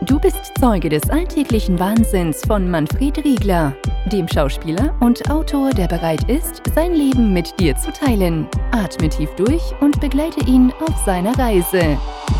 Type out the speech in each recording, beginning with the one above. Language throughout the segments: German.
Du bist Zeuge des alltäglichen Wahnsinns von Manfred Riegler, dem Schauspieler und Autor, der bereit ist, sein Leben mit dir zu teilen. Atme tief durch und begleite ihn auf seiner Reise.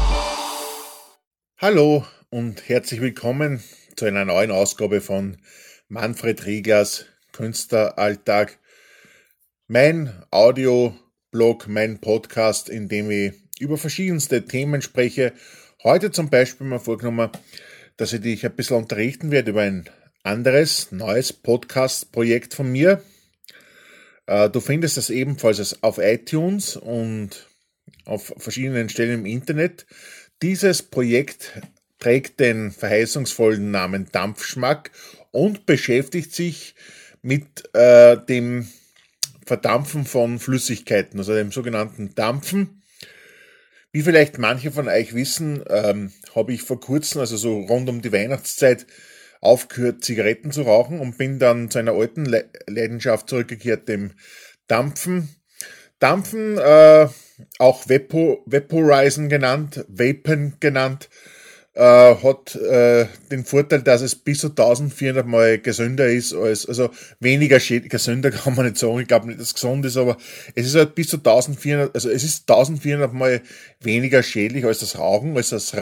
Hallo und herzlich willkommen zu einer neuen Ausgabe von Manfred Rieglers Künstleralltag. Mein Audioblog, mein Podcast, in dem ich über verschiedenste Themen spreche. Heute zum Beispiel mal vorgenommen, dass ich dich ein bisschen unterrichten werde über ein anderes, neues Podcast-Projekt von mir. Du findest das ebenfalls auf iTunes und auf verschiedenen Stellen im Internet. Dieses Projekt trägt den verheißungsvollen Namen Dampfschmack und beschäftigt sich mit dem Verdampfen von Flüssigkeiten, also dem sogenannten Dampfen. Wie vielleicht manche von euch wissen, habe ich vor kurzem, also so rund um die Weihnachtszeit, aufgehört, Zigaretten zu rauchen und bin dann zu einer alten Leidenschaft zurückgekehrt, dem Dampfen. Dampfen, auch Vaporisen genannt, Vapen genannt, hat den Vorteil, dass es bis zu 1400 Mal gesünder ist also weniger schädlich. Gesünder kann man nicht sagen, ich glaube nicht, dass es gesund ist, aber es ist halt bis zu 1400, also es ist 1400 Mal weniger schädlich als das Rauchen, als das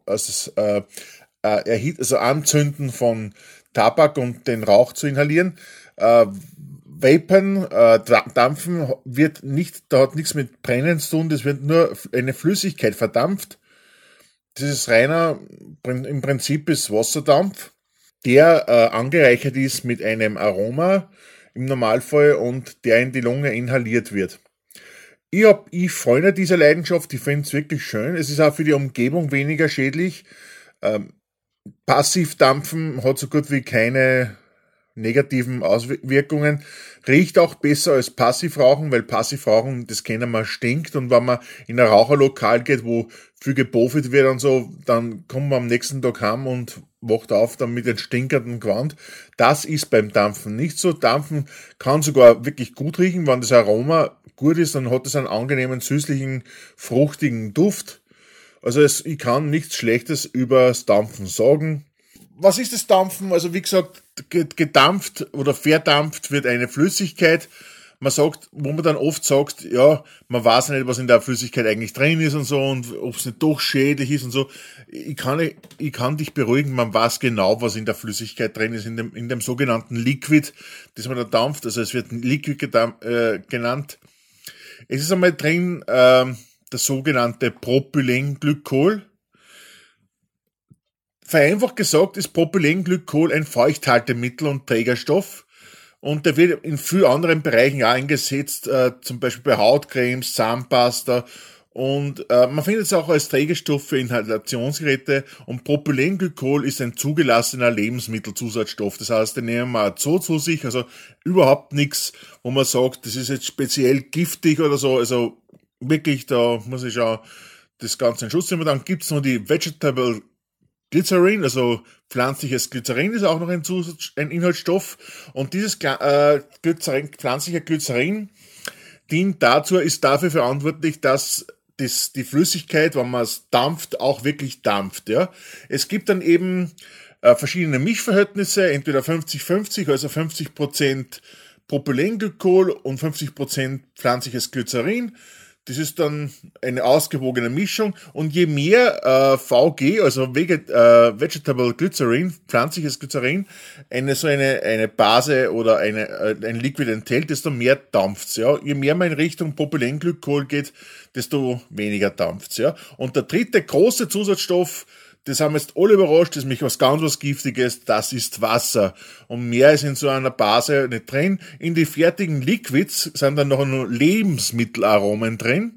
Anzünden von Tabak und den Rauch zu inhalieren. Vapen, Dampfen da hat nichts mit Brennen zu tun, das wird nur eine Flüssigkeit verdampft. Das ist im Prinzip ist Wasserdampf, der angereichert ist mit einem Aroma im Normalfall und der in die Lunge inhaliert wird. Ich freue dieser Leidenschaft, ich finde es wirklich schön. Es ist auch für die Umgebung weniger schädlich. Passivdampfen hat so gut wie keine negativen Auswirkungen, riecht auch besser als Passivrauchen, weil Passivrauchen, das kennen wir, stinkt, und wenn man in ein Raucherlokal geht, wo viel gebofet wird und so, dann kommt man am nächsten Tag heim und wacht auf dann mit einem stinkenden Gewand. Das ist beim Dampfen nicht so. Dampfen kann sogar wirklich gut riechen, wenn das Aroma gut ist, dann hat es einen angenehmen, süßlichen, fruchtigen Duft. Also ich kann nichts Schlechtes über das Dampfen sagen. Was ist das Dampfen? Also wie gesagt, gedampft oder verdampft wird eine Flüssigkeit. Wo man dann oft sagt, ja, man weiß nicht, was in der Flüssigkeit eigentlich drin ist und so und ob es nicht doch schädlich ist und so. Ich kann dich beruhigen, man weiß genau, was in der Flüssigkeit drin ist, in dem sogenannten Liquid, das man da dampft. Also es wird Liquid genannt. Es ist einmal drin das sogenannte Propylenglykol. Vereinfacht gesagt ist Propylenglykol ein Feuchthaltemittel und Trägerstoff, und der wird in vielen anderen Bereichen auch eingesetzt, zum Beispiel bei Hautcremes, Zahnpasta, und man findet es auch als Trägerstoff für Inhalationsgeräte, und Propylenglykol ist ein zugelassener Lebensmittelzusatzstoff. Das heißt, den nehmen wir auch so zu sich, also überhaupt nichts, wo man sagt, das ist jetzt speziell giftig oder so, also wirklich, da muss ich schon das Ganze in Schutz nehmen. Dann gibt's noch die Vegetable Glycerin, also pflanzliches Glycerin ist auch noch ein Inhaltsstoff, und dieses pflanzliche Glycerin ist dafür verantwortlich, dass die Flüssigkeit, wenn man es dampft, auch wirklich dampft. Ja. Es gibt dann eben verschiedene Mischverhältnisse, entweder 50-50, also 50% Propylenglykol und 50% pflanzliches Glycerin. Das ist dann eine ausgewogene Mischung, und je mehr VG, also Vegetable Glycerin, pflanzliches Glycerin, eine Base oder ein Liquid enthält, desto mehr dampft's, ja. Je mehr man in Richtung Propylenglykol geht, desto weniger dampft's, ja. Und der dritte große Zusatzstoff, das haben jetzt alle überrascht, das ist nämlich was Giftiges, das ist Wasser. Und mehr ist in so einer Base nicht drin. In die fertigen Liquids sind dann noch nur Lebensmittelaromen drin.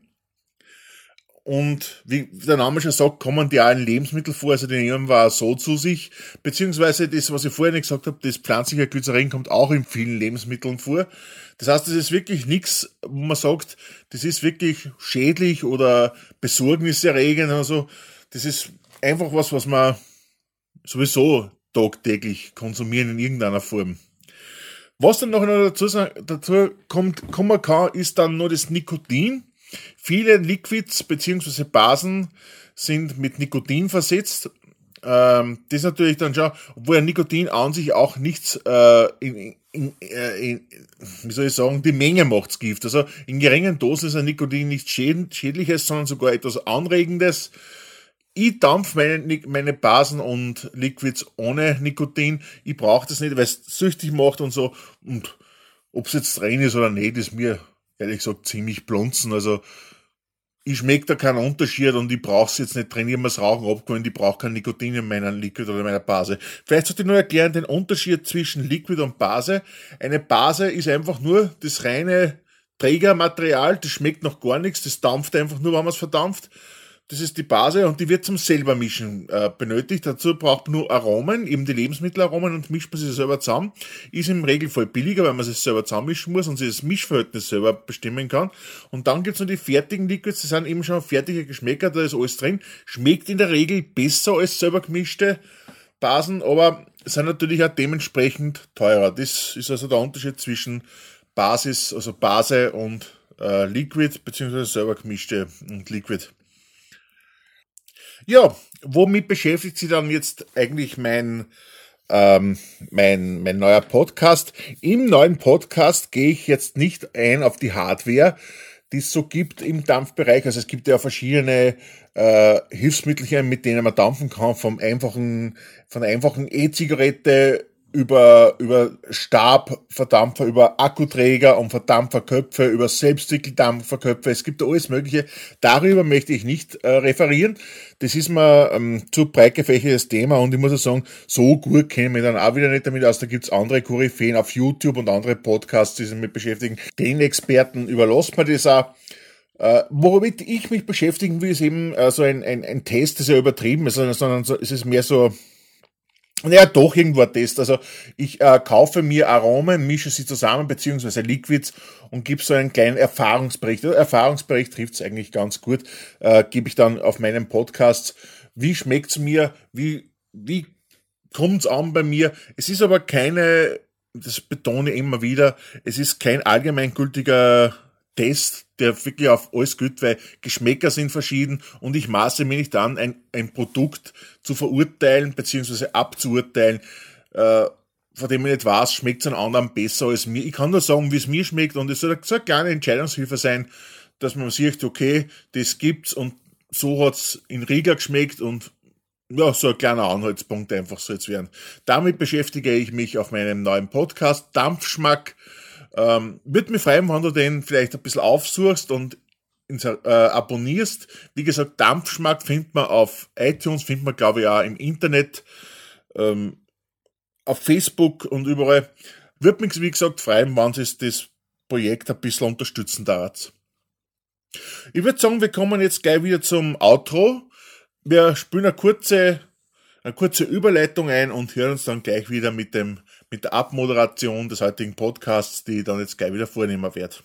Und wie der Name schon sagt, kommen die auch in Lebensmitteln vor, also die nehmen wir auch so zu sich. Beziehungsweise das, was ich vorher nicht gesagt habe, das pflanzliche Glycerin kommt auch in vielen Lebensmitteln vor. Das heißt, das ist wirklich nichts, wo man sagt, das ist wirklich schädlich oder besorgniserregend oder so. Das ist einfach was wir sowieso tagtäglich konsumieren in irgendeiner Form. Was dann noch dazu kommen kann, ist dann nur das Nikotin. Viele Liquids bzw. Basen sind mit Nikotin versetzt. Das ist natürlich dann schon, obwohl Nikotin an sich auch nichts, wie soll ich sagen, die Menge macht's Gift. Also in geringen Dosen ist ein Nikotin nichts Schädliches, sondern sogar etwas Anregendes. Ich dampfe meine Basen und Liquids ohne Nikotin. Ich brauche das nicht, weil es süchtig macht und so. Und ob es jetzt drin ist oder nicht, ist mir ehrlich gesagt ziemlich blunzen. Also ich schmecke da keinen Unterschied und ich brauche es jetzt nicht drin. Ich habe mir das Rauchen abgewöhnt, ich brauche kein Nikotin in meinem Liquid oder meiner Base. Vielleicht sollte ich nur erklären den Unterschied zwischen Liquid und Base. Eine Base ist einfach nur das reine Trägermaterial, das schmeckt noch gar nichts, das dampft einfach nur, wenn man es verdampft. Das ist die Base und die wird zum selbermischen benötigt. Dazu braucht man nur Aromen, eben die Lebensmittelaromen, und mischt man sie selber zusammen. Ist im Regelfall billiger, weil man sie selber zusammenmischen muss und sich das Mischverhältnis selber bestimmen kann. Und dann gibt's noch die fertigen Liquids, die sind eben schon fertige Geschmäcker, da ist alles drin. Schmeckt in der Regel besser als selber gemischte Basen, aber sind natürlich auch dementsprechend teurer. Das ist also der Unterschied zwischen Basis, also Base und Liquid, beziehungsweise selber gemischte und Liquid. Ja, womit beschäftigt sich dann jetzt eigentlich mein neuer Podcast? Im neuen Podcast gehe ich jetzt nicht ein auf die Hardware, die es so gibt im Dampfbereich. Also es gibt ja verschiedene Hilfsmittelchen, mit denen man dampfen kann, von der einfachen E-Zigarette über Stabverdampfer, über Akkuträger und Verdampferköpfe, über Selbstzirkeldampferköpfe. Es gibt da alles Mögliche. Darüber möchte ich nicht referieren. Das ist mir zu breit gefächertes Thema und ich muss auch sagen, so gut kenne ich mich dann auch wieder nicht damit aus. Da gibt's andere Koryphäen auf YouTube und andere Podcasts, die sich damit beschäftigen. Den Experten überlässt man das auch. Womit ich mich beschäftigen will, ist eben so ein Test, das ist ja übertrieben ist, sondern es ist mehr so, ja, doch irgendwo ein Test. Also ich kaufe mir Aromen, mische sie zusammen, beziehungsweise Liquids und gebe so einen kleinen Erfahrungsbericht. Erfahrungsbericht trifft's eigentlich ganz gut. Gebe ich dann auf meinem Podcast. Wie schmeckt's mir? Wie kommt's an bei mir? Es ist aber das betone ich immer wieder, es ist kein allgemeingültiger Test, der wirklich auf alles gilt, weil Geschmäcker sind verschieden und ich maße mir nicht an, ein Produkt zu verurteilen bzw. abzuurteilen, von dem ich nicht weiß, schmeckt es einem anderen besser als mir. Ich kann nur sagen, wie es mir schmeckt und es soll so eine kleine Entscheidungshilfe sein, dass man sieht, okay, das gibt's und so hat's in Riga geschmeckt und ja, so ein kleiner Anhaltspunkt einfach soll es werden. Damit beschäftige ich mich auf meinem neuen Podcast Dampfschmack. Würde mich freuen, wenn du den vielleicht ein bisschen aufsuchst und abonnierst. Wie gesagt, Dampfschmack findet man auf iTunes, findet man glaube ich auch im Internet, auf Facebook und überall. Würde mich wie gesagt freuen, wenn es das Projekt ein bisschen unterstützen darf. Ich würde sagen, wir kommen jetzt gleich wieder zum Outro. Wir spielen eine kurze Überleitung ein und hören uns dann gleich wieder mit der Abmoderation des heutigen Podcasts, die ich dann jetzt gleich wieder vornehmen werde.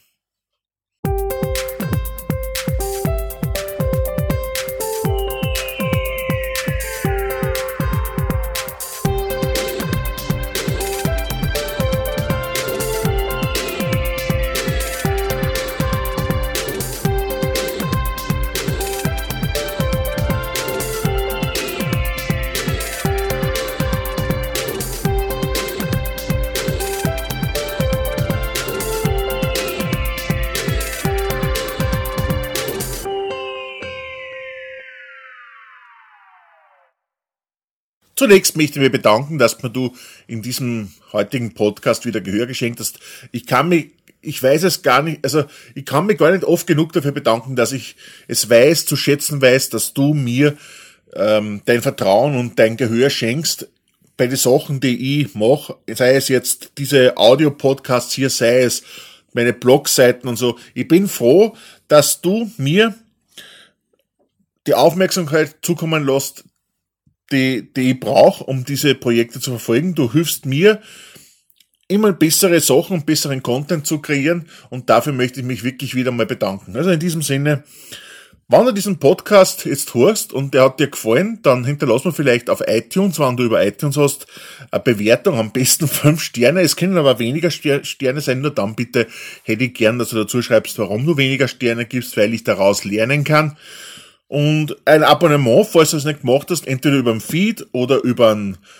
Zunächst möchte ich mich bedanken, dass mir du in diesem heutigen Podcast wieder Gehör geschenkt hast. Ich kann mich gar nicht oft genug dafür bedanken, dass ich es zu schätzen weiß, dass du mir dein Vertrauen und dein Gehör schenkst bei den Sachen, die ich mache, sei es jetzt diese Audio-Podcasts hier, sei es meine Blogseiten und so. Ich bin froh, dass du mir die Aufmerksamkeit zukommen lässt, die ich brauche, um diese Projekte zu verfolgen. Du hilfst mir, immer bessere Sachen und besseren Content zu kreieren und dafür möchte ich mich wirklich wieder mal bedanken. Also in diesem Sinne, wenn du diesen Podcast jetzt hörst und der hat dir gefallen, dann hinterlass mir vielleicht auf iTunes, wenn du über iTunes hast, eine Bewertung, am besten 5 Sterne. Es können aber weniger Sterne sein, nur dann bitte hätte ich gern, dass du dazu schreibst, warum du weniger Sterne gibst, weil ich daraus lernen kann. Und ein Abonnement, falls du es nicht gemacht hast, entweder über den Feed oder über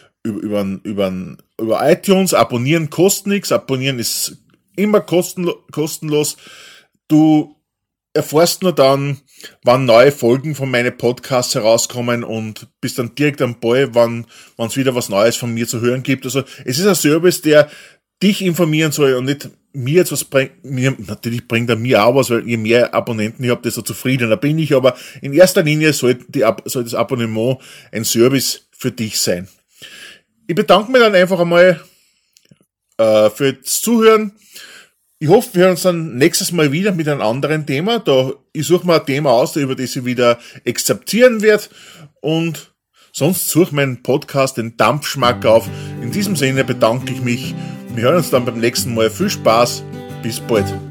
iTunes. Abonnieren kostet nichts. Abonnieren ist immer kostenlos. Du erfährst nur dann, wann neue Folgen von meinen Podcasts herauskommen und bist dann direkt am Ball, wann es wieder was Neues von mir zu hören gibt. Also es ist ein Service, der dich informieren soll und nicht mir jetzt was bringt. Natürlich bringt er mir auch was, weil je mehr Abonnenten ich habe, desto zufriedener bin ich. Aber in erster Linie soll das Abonnement ein Service für dich sein. Ich bedanke mich dann einfach einmal für das Zuhören. Ich hoffe, wir hören uns dann nächstes Mal wieder mit einem anderen Thema. Ich suche mir ein Thema aus, über das ich wieder exerzieren werde. Und sonst suche meinen Podcast den Dampfschmack auf. In diesem Sinne bedanke ich mich. Wir hören uns dann beim nächsten Mal. Viel Spaß. Bis bald.